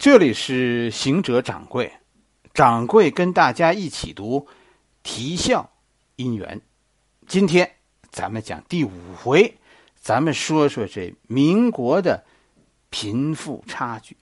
这里是行者掌柜，掌柜跟大家一起读啼笑姻缘。今天咱们讲第5回，咱们说说这民国的贫富差距。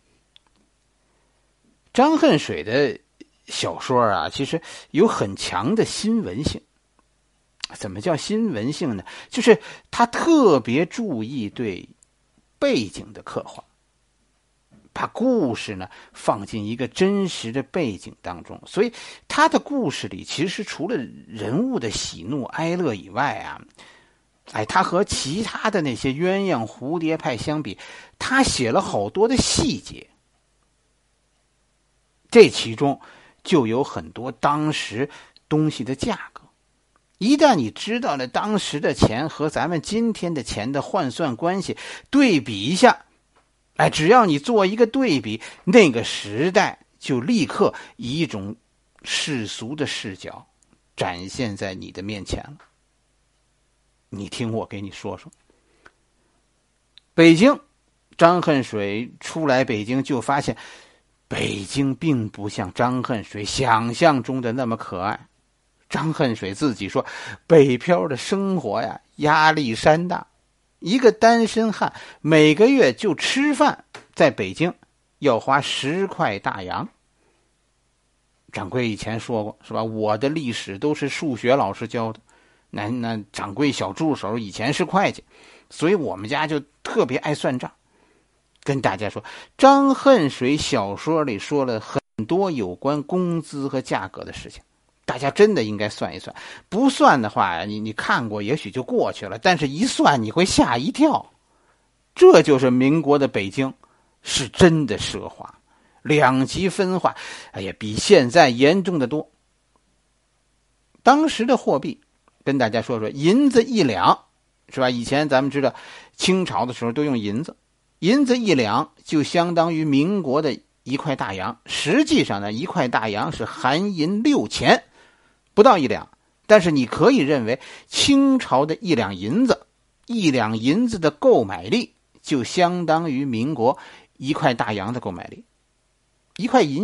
张恨水的小说啊，其实有很强的新闻性。怎么叫新闻性呢？就是他特别注意对背景的刻画，把故事呢放进一个真实的背景当中，所以他的故事里其实除了人物的喜怒哀乐以外啊，他和其他的那些鸳鸯蝴蝶派相比，他写了好多的细节，这其中就有很多当时东西的价格。一旦你知道了当时的钱和咱们今天的钱的换算关系，对比一下，只要你做一个对比，那个时代就立刻以一种世俗的视角展现在你的面前了。你听我给你说说。北京，张恨水出来北京就发现，北京并不像张恨水想象中的那么可爱。张恨水自己说，北漂的生活呀，压力山大。一个单身汉每个月就吃饭，在北京要花10块大洋。掌柜以前说过是吧？我的历史都是数学老师教的，那掌柜小助手以前是会计，所以我们家就特别爱算账。跟大家说，张恨水小说里说了很多有关工资和价格的事情，大家真的应该算一算。不算的话，你看过也许就过去了，但是一算你会吓一跳。这就是民国的北京，是真的奢华，两极分化，比现在严重的多。当时的货币跟大家说说，银子1两是吧？以前咱们知道清朝的时候都用银子，银子1两就相当于民国的1块大洋。实际上呢，1块大洋是含银6钱，不到1两。但是你可以认为清朝的1两银子的购买力就相当于民国1块大洋的购买力。1块银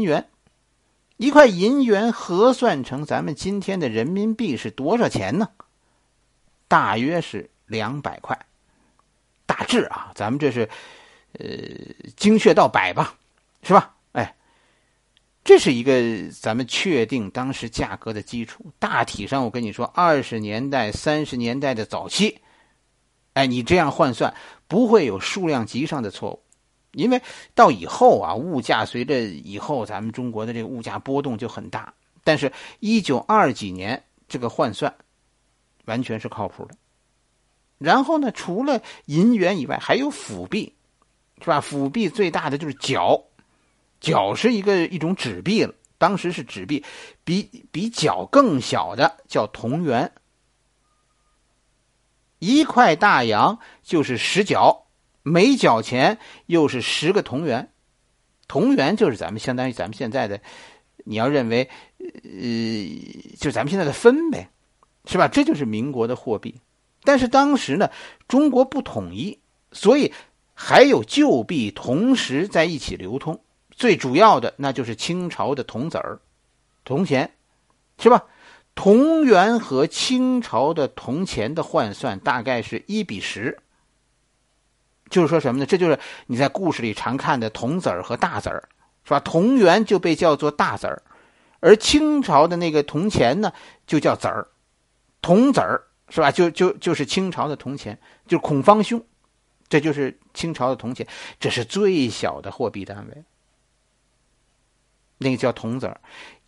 元核算成咱们今天的人民币是多少钱呢？大约是200块。大致啊，咱们这是精确到100吧，是吧？这是一个咱们确定当时价格的基础。大体上我跟你说，20年代30年代的早期，你这样换算不会有数量级上的错误。因为到以后啊，物价随着以后咱们中国的这个物价波动就很大，但是1920几年这个换算完全是靠谱的。然后呢，除了银元以外还有辅币，是吧？辅币最大的就是角是一种纸币了，当时是纸币，比角更小的叫铜元。1块大洋就是10角，每角钱又是10个铜元。铜元就是相当于咱们现在的，你要认为就是咱们现在的分呗，是吧？这就是民国的货币。但是当时呢，中国不统一，所以还有旧币同时在一起流通。最主要的那就是清朝的铜子儿、铜钱，是吧？铜元和清朝的铜钱的换算大概是1比10。就是说什么呢？这就是你在故事里常看的铜子儿和大子儿，是吧？铜元就被叫做大子儿，而清朝的那个铜钱呢就叫子儿。铜子儿是吧？就是清朝的铜钱，就是孔方兄，这就是清朝的铜钱，这是最小的货币单位。那个叫铜子儿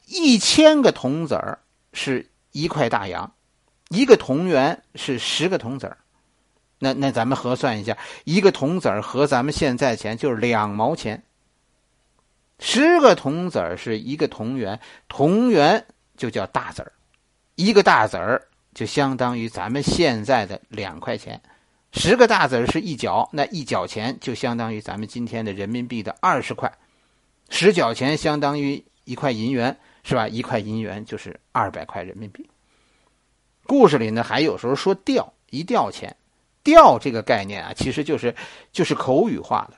，1000个铜子儿是1块大洋，1个铜元是10个铜子儿。那咱们核算一下，1个铜子儿和咱们现在钱就是2毛钱。10个铜子儿是1个铜元，铜元就叫大子儿，1个大子儿就相当于咱们现在的2块钱。10个大子儿是1角，那1角钱就相当于咱们今天的人民币的20块。10角钱相当于1块银元，是吧？1块银元就是200块人民币。故事里呢，还有时候说1吊钱，吊这个概念啊，其实就是口语化的。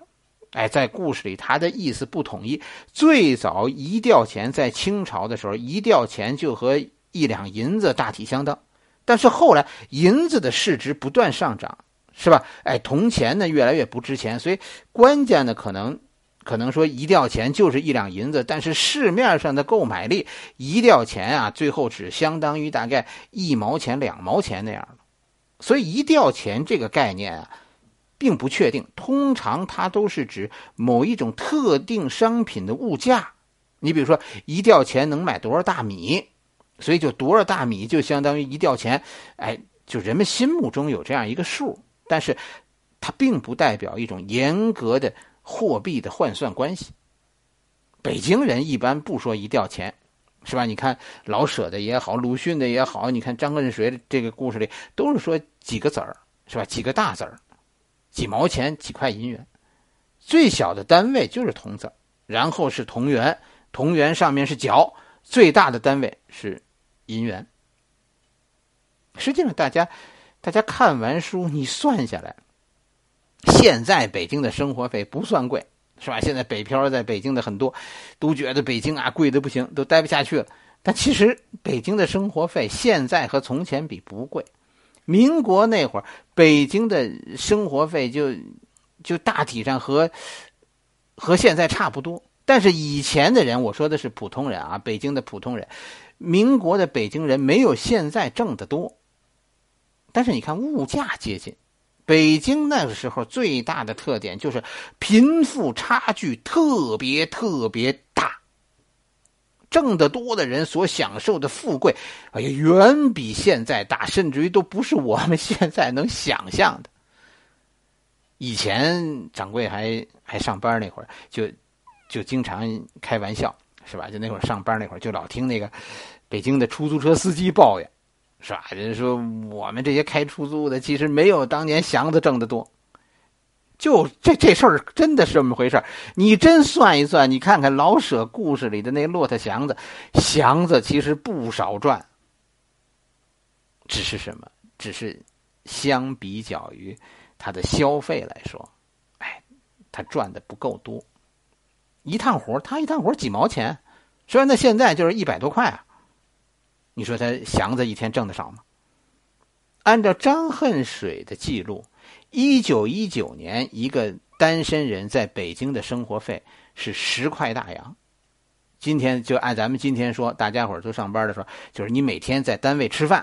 在故事里它的意思不统一。最早一吊钱在清朝的时候，一吊钱就和1两银子大体相当，但是后来银子的市值不断上涨，是吧？铜钱呢越来越不值钱，所以官家呢可能说一吊钱就是1两银子，但是市面上的购买力，一吊钱啊最后只相当于大概1毛钱2毛钱那样的。所以一吊钱这个概念啊并不确定，通常它都是指某一种特定商品的物价。你比如说一吊钱能买多少大米，所以就多少大米就相当于一吊钱，就人们心目中有这样一个数，但是它并不代表一种严格的货币的换算关系。北京人一般不说一吊钱，是吧？你看老舍的也好，鲁迅的也好，你看张恨水的这个故事里都是说几个子儿，是吧？几个大子儿，几毛钱几块银元，最小的单位就是铜子，然后是铜元，铜元上面是角，最大的单位是银元。实际上大家看完书你算下来，现在北京的生活费不算贵，是吧？现在北漂在北京的很多都觉得北京啊贵的不行，都待不下去了。但其实北京的生活费现在和从前比不贵。民国那会儿北京的生活费就大体上和现在差不多。但是以前的人，我说的是普通人啊，北京的普通人，民国的北京人没有现在挣得多。但是你看物价接近，北京那个时候最大的特点就是贫富差距特别大，挣得多的人所享受的富贵，远比现在大，甚至于都不是我们现在能想象的。以前掌柜还上班那会儿，就经常开玩笑，是吧？就那会儿上班那会儿，就老听那个北京的出租车司机抱怨，是吧？人说我们这些开出租的，其实没有当年祥子挣得多。就这事儿真的是这么回事。你真算一算，你看看老舍故事里的那骆驼祥子其实不少赚，只是什么？只是相比较于他的消费来说，他赚的不够多。他一趟活几毛钱，虽然那现在就是100多块啊。你说他祥子一天挣得少吗？按照张恨水的记录，1919年一个单身人在北京的生活费是10块大洋。今天就按咱们今天说，大家伙都上班的时候，就是你每天在单位吃饭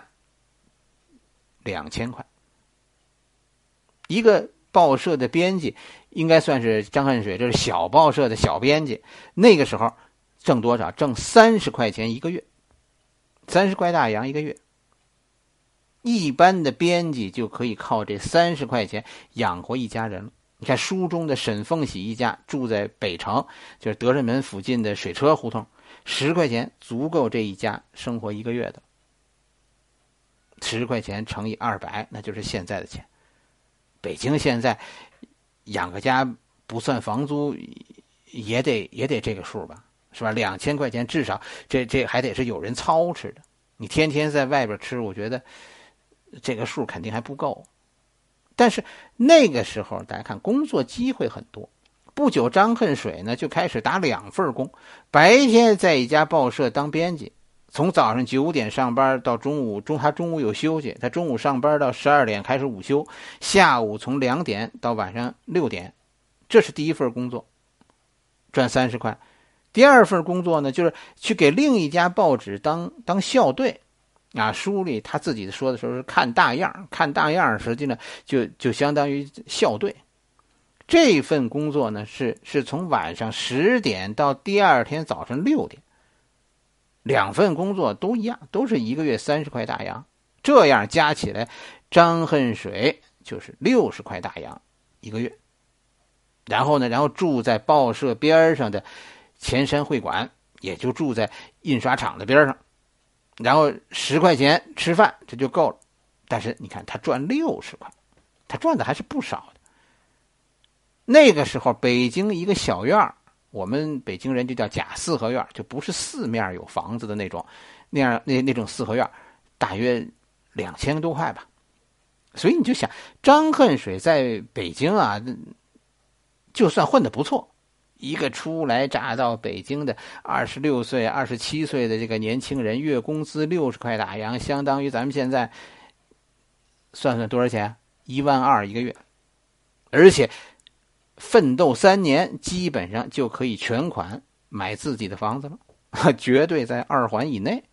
2000块。一个报社的编辑，应该算是张恨水这是小报社的小编辑，那个时候挣多少？挣30块钱一个月，30块大洋一个月。一般的编辑就可以靠这30块钱养活一家人了。你看书中的沈凤喜一家住在北城，就是德胜门附近的水车胡同，10块钱足够这一家生活一个月的。10块钱乘以200，那就是现在的钱。北京现在养个家不算房租也得这个数吧，是吧？2000块钱至少这还得是有人操持的。你天天在外边吃，我觉得这个数肯定还不够。但是那个时候大家看工作机会很多，不久张恨水呢就开始打2份工，白天在一家报社当编辑，从早上9点上班到中午，他中午有休息，他中午上班到12点开始午休，下午从2点到晚上6点，这是第一份工作，赚30块。第二份工作呢，就是去给另一家报纸当校对啊。书里他自己说的时候是看大样，实际呢就相当于校对。这份工作呢是从晚上10点到第二天早上6点。2份工作都一样，都是一个月30块大洋，这样加起来张恨水就是60块大洋一个月。然后住在报社边上的前山会馆，也就住在印刷厂的边上，然后10块钱吃饭，这就够了。但是你看他赚60块，他赚的还是不少的。那个时候北京一个小院，我们北京人就叫假四合院，就不是四面有房子的那种，那种四合院，大约2000多块吧。所以你就想张恨水在北京啊， 就算混得不错，一个初来乍到北京的26岁、27岁的这个年轻人，月工资60块大洋，相当于咱们现在算算多少钱？12000一个月，而且奋斗3年，基本上就可以全款买自己的房子了，绝对在2环以内。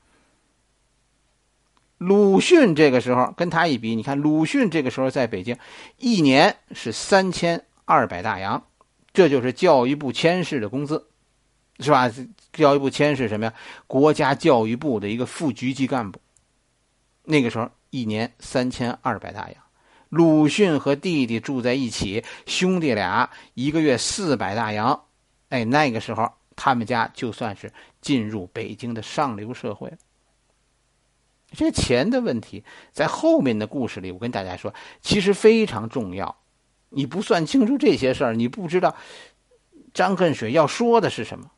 鲁迅这个时候跟他一比，你看鲁迅这个时候在北京一年是3200大洋，这就是教育部佥事的工资，是吧？教育部佥事什么呀？国家教育部的一个副局级干部，那个时候一年3200大洋。鲁迅和弟弟住在一起，兄弟俩一个月400大洋，那个时候他们家就算是进入北京的上流社会了。这个钱的问题在后面的故事里我跟大家说其实非常重要，你不算清楚这些事儿，你不知道张恨水要说的是什么。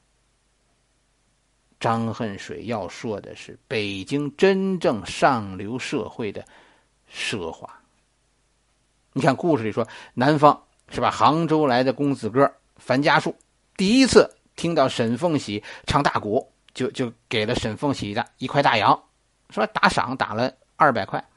张恨水要说的是北京真正上流社会的奢华。你看故事里说南方是吧，杭州来的公子哥樊家树第一次听到沈凤喜唱大鼓，就给了沈凤喜的1块大洋，是吧？打赏打了200块。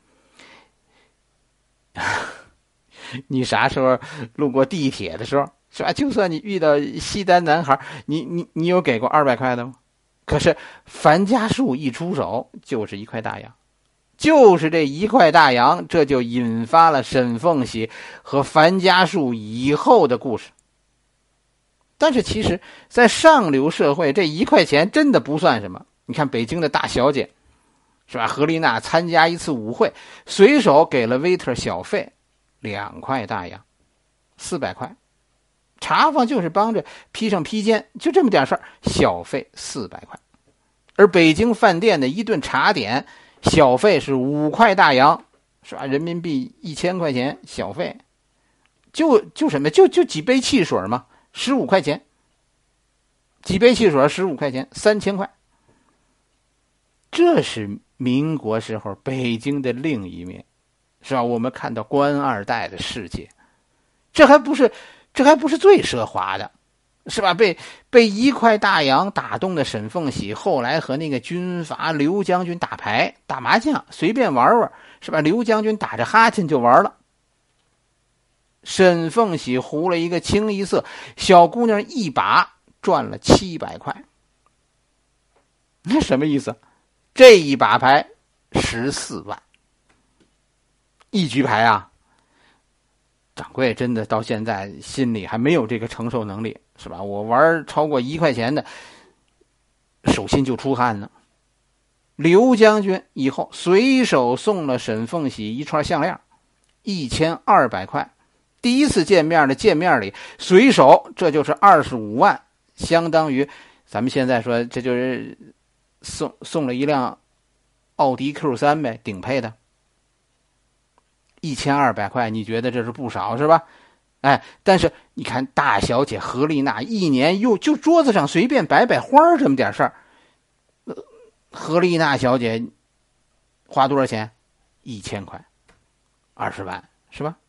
你啥时候路过地铁的时候，是吧？就算你遇到西单男孩，你有给过200块的吗？可是樊家树一出手就是1块大洋，就是这1块大洋，这就引发了沈凤喜和樊家树以后的故事。但是其实在上流社会，这1块钱真的不算什么。你看北京的大小姐，是吧？何丽娜参加一次舞会，随手给了 waiter 小费2块大洋，400块。茶坊就是帮着披上披肩，就这么点事儿，小费400块。而北京饭店的一顿茶点，小费是5块大洋，是吧？人民币1000块钱小费，就什么？就几杯汽水嘛，15块钱。几杯汽水15块钱，3000块。这是民国时候北京的另一面，是吧？我们看到官二代的世界，这还不是最奢华的，是吧？被1块大洋打动的沈凤喜，后来和那个军阀刘将军打牌打麻将，随便玩玩，是吧？刘将军打着哈欠就玩了，沈凤喜胡了一个清一色，小姑娘一把赚了700块。那什么意思？这一把牌14万，一局牌啊！掌柜真的到现在心里还没有这个承受能力，是吧？我玩超过1块钱的，手心就出汗呢。刘将军以后随手送了沈凤喜一串项链，1200块。第一次见面的见面礼，随手这就是25万，相当于咱们现在说这就是送了一辆奥迪 Q3 呗，顶配的。1200块，你觉得这是不少是吧？但是你看大小姐何丽娜一年就桌子上随便摆摆花这么点事儿，何丽娜小姐花多少钱？1000块，20万是吧？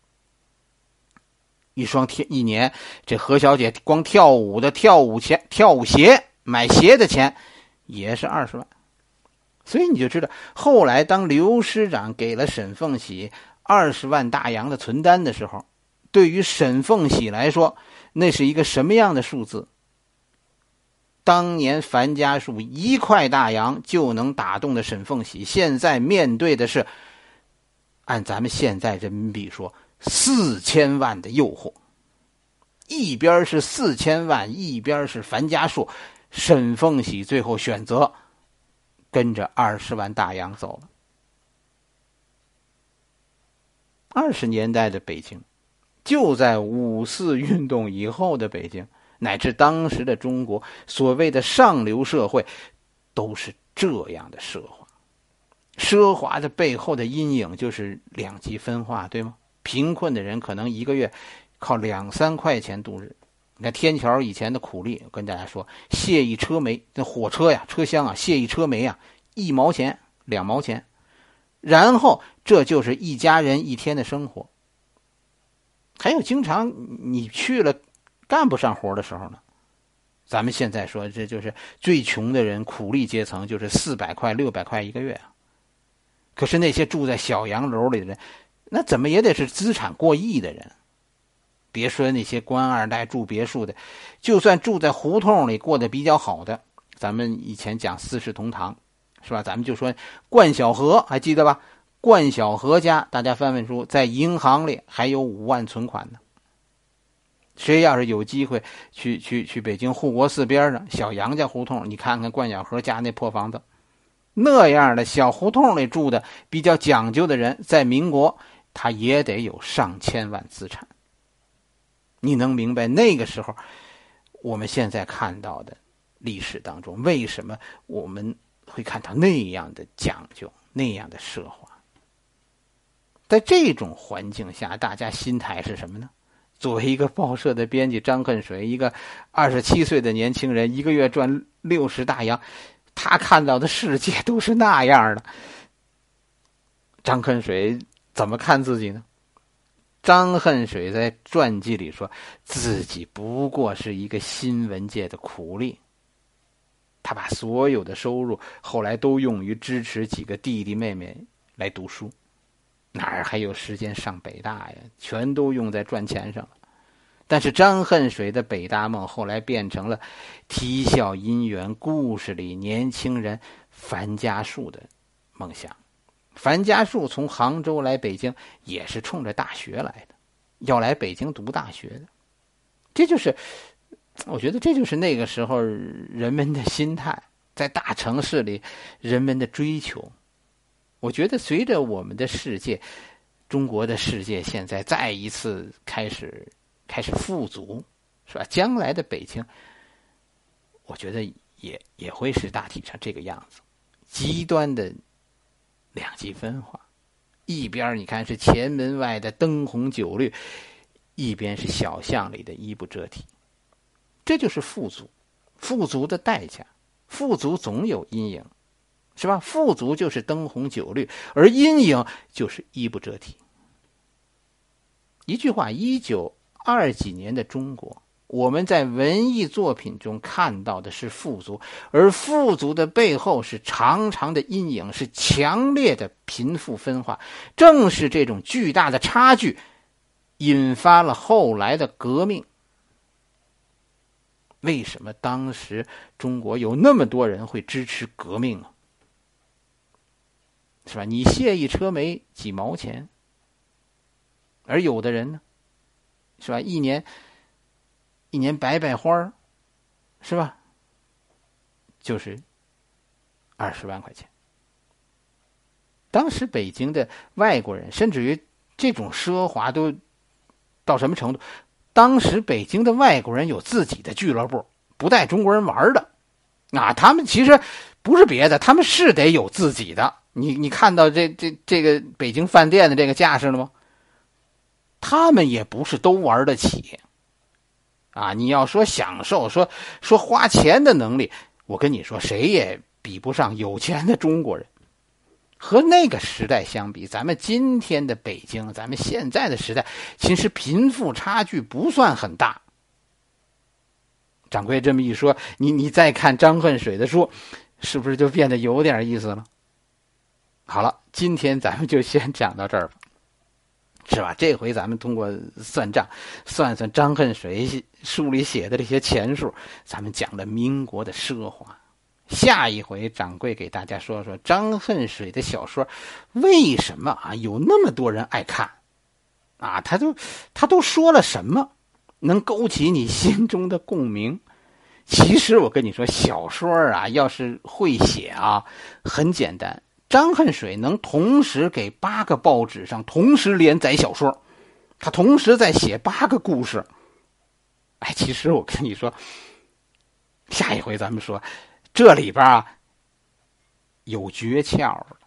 一年，这何小姐光跳舞鞋买鞋的钱也是20万。所以你就知道后来当刘师长给了沈凤喜20万大洋的存单的时候，对于沈凤喜来说那是一个什么样的数字。当年樊家树1块大洋就能打动的沈凤喜，现在面对的是按咱们现在人民币说4000万的诱惑。一边是4000万，一边是樊家树，沈凤喜最后选择跟着20万大洋走了。20年代的北京，就在5·4运动以后的北京，乃至当时的中国，所谓的上流社会都是这样的奢华。奢华的背后的阴影就是两极分化，对吗？贫困的人可能一个月靠2-3块钱度日。你看天桥以前的苦力，我跟大家说，卸一车煤，那火车呀车厢啊，卸一车煤啊，1毛钱2毛钱，然后这就是一家人一天的生活。还有经常你去了干不上活的时候呢，咱们现在说这就是最穷的人，苦力阶层就是400块600块一个月啊。可是那些住在小洋楼里的人，那怎么也得是资产过亿的人。别说那些官二代住别墅的，就算住在胡同里过得比较好的，咱们以前讲四世同堂是吧？咱们就说冠晓荷，还记得吧？冠晓荷家，大家翻翻书，在银行里还有5万存款呢。谁要是有机会去北京护国寺边上小杨家胡同，你看看冠晓荷家那破房子，那样的小胡同里住的比较讲究的人，在民国他也得有上千万资产。你能明白那个时候我们现在看到的历史当中，为什么我们会看到那样的讲究，那样的奢华？在这种环境下，大家心态是什么呢？作为一个报社的编辑张恨水，一个27岁的年轻人，一个月赚60大洋，他看到的世界都是那样的。张恨水怎么看自己呢？张恨水在传记里说，自己不过是一个新闻界的苦力。他把所有的收入后来都用于支持几个弟弟妹妹来读书，哪儿还有时间上北大呀？全都用在赚钱上了。但是张恨水的北大梦后来变成了啼笑姻缘故事里年轻人樊家树的梦想。樊家树从杭州来北京也是冲着大学来的，要来北京读大学的。这就是我觉得这就是那个时候人们的心态，在大城市里人们的追求。我觉得随着我们的世界，中国的世界现在再一次开始富足，是吧？将来的北京，我觉得也会是大体上这个样子，极端的两极分化。一边你看是前门外的灯红酒绿，一边是小巷里的衣不遮体。这就是富足，富足的代价，富足总有阴影，是吧？富足就是灯红酒绿，而阴影就是衣不遮体。一句话，1920几年的中国，我们在文艺作品中看到的是富足，而富足的背后是长长的阴影，是强烈的贫富分化。正是这种巨大的差距引发了后来的革命。为什么当时中国有那么多人会支持革命啊？是吧？你卸一车煤几毛钱，而有的人呢，是吧？一年摆花，是吧？就是20万块钱。当时北京的外国人，甚至于这种奢华都到什么程度？当时北京的外国人有自己的俱乐部，不带中国人玩的。他们其实不是别的，他们是得有自己的。你看到这个北京饭店的这个架势了吗？他们也不是都玩得起。你要说享受，说花钱的能力，我跟你说，谁也比不上有钱的中国人。和那个时代相比，咱们今天的北京，咱们现在的时代，其实贫富差距不算很大。掌柜这么一说，你再看张恨水的书，是不是就变得有点意思了？好了，今天咱们就先讲到这儿吧，是吧？这回咱们通过算账，算算张恨水书里写的这些钱数，咱们讲了民国的奢华。下一回掌柜给大家说说张恨水的小说为什么有那么多人爱看他都说了什么能勾起你心中的共鸣。其实我跟你说，小说要是会写很简单。张恨水能同时给8个报纸上同时连载小说，他同时在写8个故事。其实我跟你说，下一回咱们说这里边有诀窍。